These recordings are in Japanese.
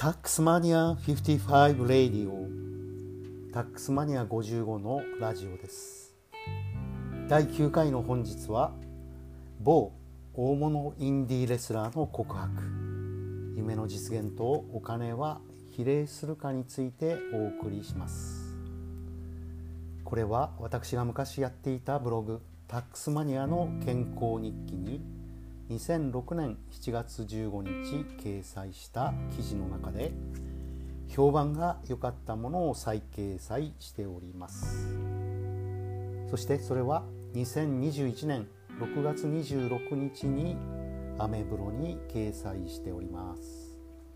タックスマニア55レディオ、タックスマニア55のラジオです。第9回の本日は某大物インディーレスラーの告白、夢の実現とお金は比例するかについてお送りします。これは私が昔やっていたブログタックスマニアの健康日記に2006年7月15日掲載した記事の中で評判が良かったものを再掲載しております。そしてそれは2021年6月26日にアメブロに掲載しております。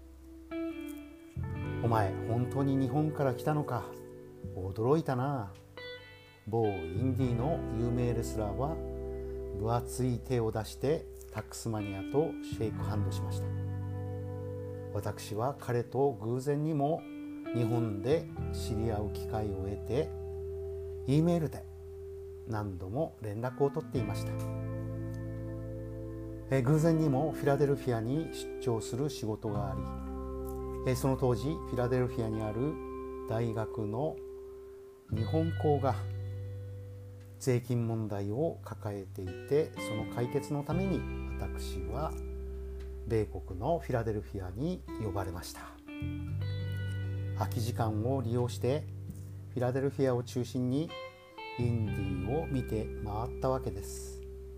お前本当に日本から来たのか、驚いたな。某インディーの有名レスラーは分厚い手を出してタックスマニアとシェイクハンドしました。私は彼と偶然にも日本で知り合う機会を得て E メールで何度も連絡を取っていました。偶然にもフィラデルフィアに出張する仕事があり、その当時フィラデルフィアにある大学の日本校が税金問題を抱えていて、その解決のために私は米国のフィラデルフィアに呼ばれました。空き時間を利用してフィラデルフィアを中心にインディーを見て回ったわけです。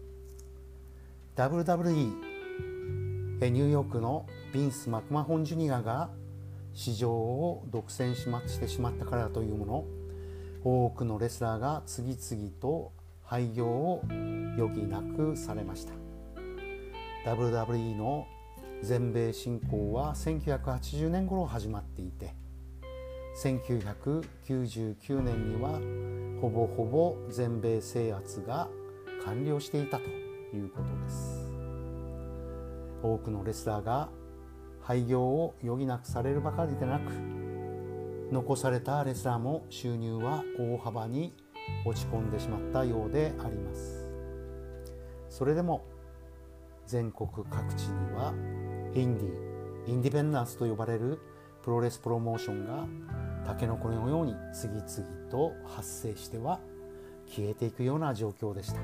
WWE ニューヨークのビンス・マクマホン・ジュニアが市場を独占してしまったからというもの、多くのレスラーが次々と廃業を余儀なくされました。 WWE の全米進行は1980年頃始まっていて、1999年にはほぼほぼ全米制圧が完了していたということです。多くのレスラーが廃業を余儀なくされるばかりでなく、残されたレスラーも収入は大幅に落ち込んでしまったようであります。それでも全国各地にはインディペンダンスと呼ばれるプロレスプロモーションがタケノコのように次々と発生しては消えていくような状況でした。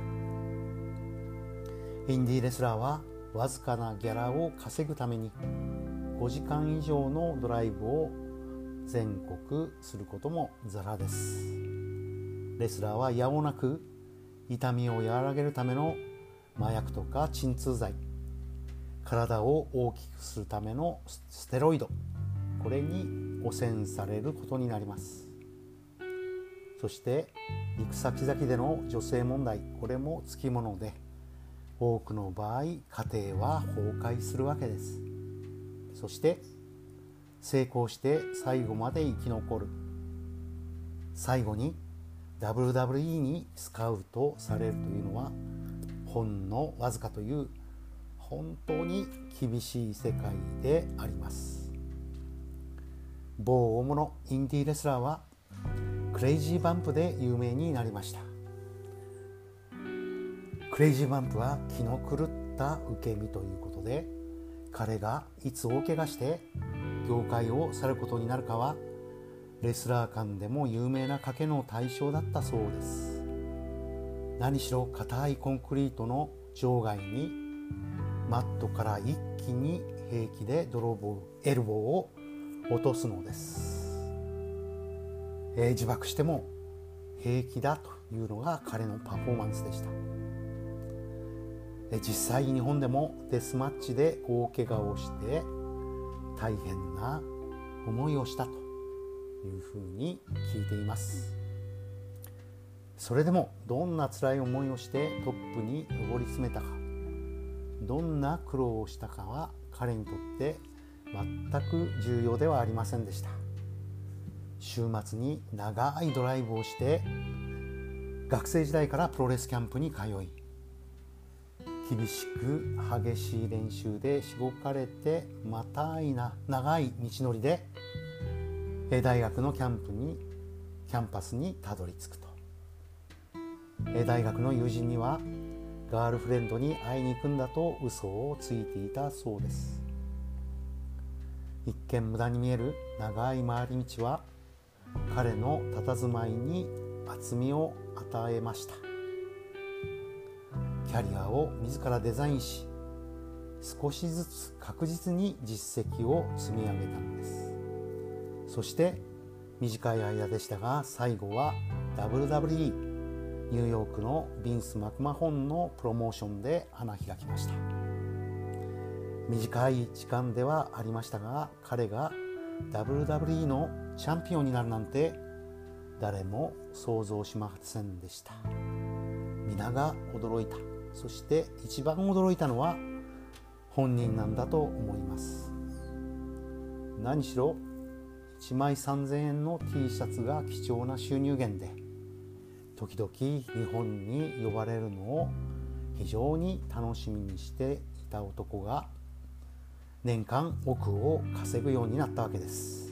インディーレスラーはわずかなギャラを稼ぐために5時間以上のドライブを全国することもザラです。レスラーはやおなく痛みを和らげるための麻薬とか鎮痛剤、体を大きくするためのステロイド、これに汚染されることになります。そして行く先々での女性問題、これもつきもので、多くの場合家庭は崩壊するわけです。そして成功して最後まで生き残る、最後に WWE にスカウトされるというのはほんのわずかという本当に厳しい世界であります。某大物インディーレスラーはクレイジーバンプで有名になりました。クレイジーバンプは気の狂った受け身ということで、彼がいつ大怪我して業界を去ることになるかはレスラー間でも有名な賭けの対象だったそうです。何しろ硬いコンクリートの場外にマットから一気に平気でエルボーを落とすのです。自爆しても平気だというのが彼のパフォーマンスでした。実際日本でもデスマッチで大怪我をして大変な思いをしたというふうに聞いています。それでもどんな辛い思いをしてトップに上り詰めたか、どんな苦労をしたかは彼にとって全く重要ではありませんでした。週末に長いドライブをして学生時代からプロレスキャンプに通い、厳しく激しい練習でしごかれてまた長い道のりで大学のキャンパスにたどり着くと、大学の友人にはガールフレンドに会いに行くんだと嘘をついていたそうです。 一見無駄に見える長い回り道は彼の佇まいに厚みを与えました。キャリアを自らデザインし、少しずつ確実に実績を積み上げたのです。そして短い間でしたが、最後は WWE ニューヨークのビンス・マクマホンのプロモーションで花開きました。短い時間ではありましたが、彼が WWE のチャンピオンになるなんて誰も想像しませんでした。皆が驚いた。そして一番驚いたのは本人なんだと思います。何しろ1枚3000円の T シャツが貴重な収入源で、時々日本に呼ばれるのを非常に楽しみにしていた男が年間億を稼ぐようになったわけです。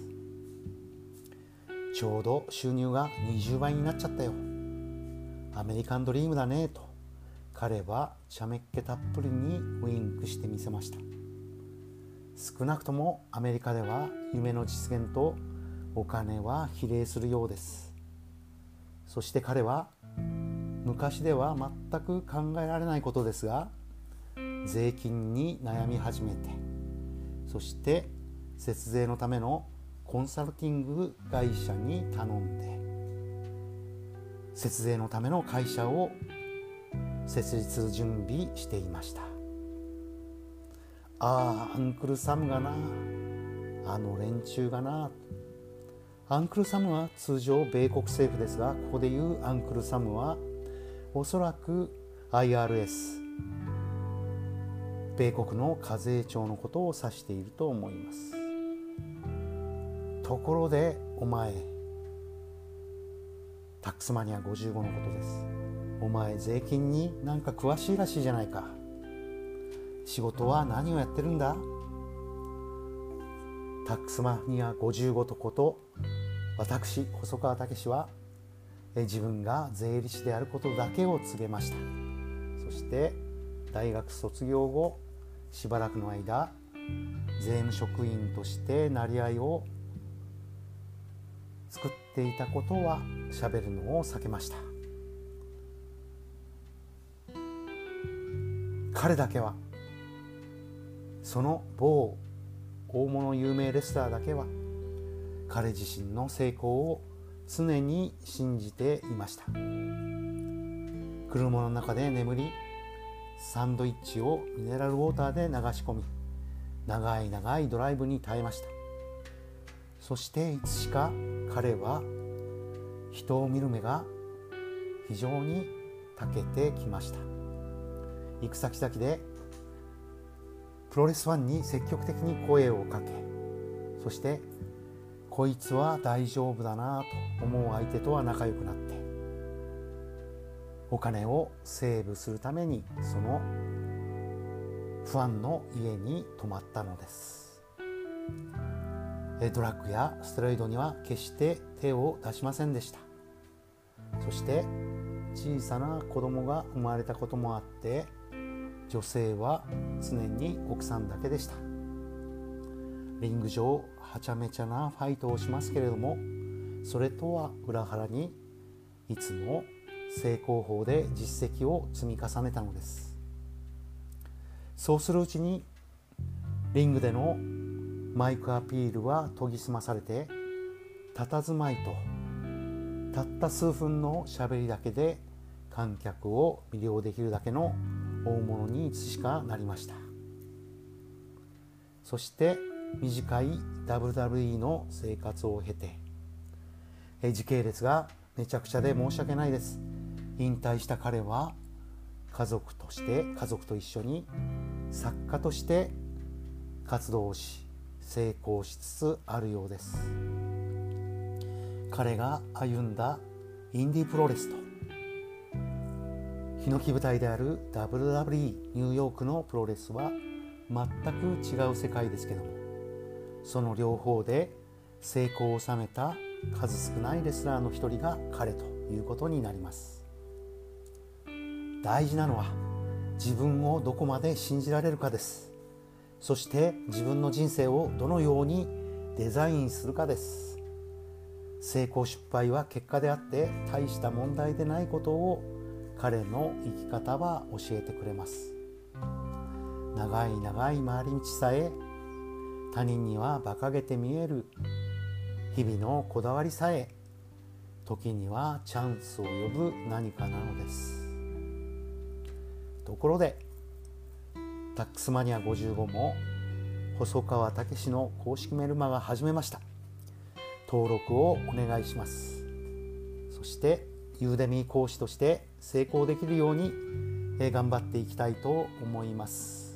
ちょうど収入が20倍になっちゃったよ。アメリカンドリームだねと彼はちゃめっ気たっぷりにウインクしてみせました。少なくともアメリカでは夢の実現とお金は比例するようです。そして彼は昔では全く考えられないことですが、税金に悩み始めて、そして節税のためのコンサルティング会社に頼んで、節税のための会社を設立準備していました。アンクルサムがな、あの連中がな。アンクルサムは通常米国政府ですが、ここでいうアンクルサムはおそらく IRS、 米国の課税庁のことを指していると思います。ところでお前、タックスマニア55のことです。お前税金になんか詳しいらしいじゃないか。仕事は何をやってるんだ？タックスマニア55とこと私細川武は自分が税理士であることだけを告げました。そして大学卒業後しばらくの間税務職員として成り合いを作っていたことは喋るのを避けました。彼だけは、その某大物有名レスラーだけは彼自身の成功を常に信じていました。車の中で眠り、サンドイッチをミネラルウォーターで流し込み、長い長いドライブに耐えました。そしていつしか彼は人を見る目が非常に長けてきました。行く先々でプロレスファンに積極的に声をかけ、そしてこいつは大丈夫だなと思う相手とは仲良くなって、お金をセーブするためにそのファンの家に泊まったのです。ドラッグやステロイドには決して手を出しませんでした。そして小さな子供が生まれたこともあって、女性は常に奥さんだけでした。リング上はちゃめちゃなファイトをしますけれども、それとは裏腹にいつも正攻法で実績を積み重ねたのです。そうするうちにリングでのマイクアピールは研ぎ澄まされて、佇まいとたった数分のしゃべりだけで観客を魅了できるだけの大物にいつしかなりました。そして短い WWE の生活を経て、時系列がめちゃくちゃで申し訳ないです。引退した彼は家族と一緒に作家として活動し、成功しつつあるようです。彼が歩んだインディプロレスとヒノキ舞台である WWE ニューヨークのプロレスは全く違う世界ですけども、その両方で成功を収めた数少ないレスラーの一人が彼ということになります。大事なのは自分をどこまで信じられるかです。 そして自分の人生をどのようにデザインするかです。成功失敗は結果であって大した問題でないことを彼の生き方は教えてくれます。長い長い回り道さえ他人には馬鹿げて見える日々のこだわりさえ時にはチャンスを呼ぶ何かなのです。ところでタックスマニア55も細川武の公式メルマガ始めました。登録をお願いします。そしてユーデミー講師として成功できるように頑張っていきたいと思います。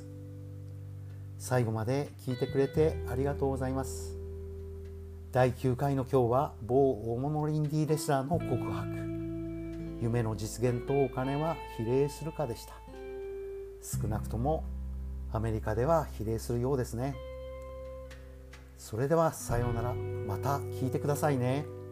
最後まで聞いてくれてありがとうございます。第9回の今日は某大物インディーレスラーの告白、夢の実現とお金は比例するかでした。少なくともアメリカでは比例するようですね。それではさようなら。また聞いてくださいね。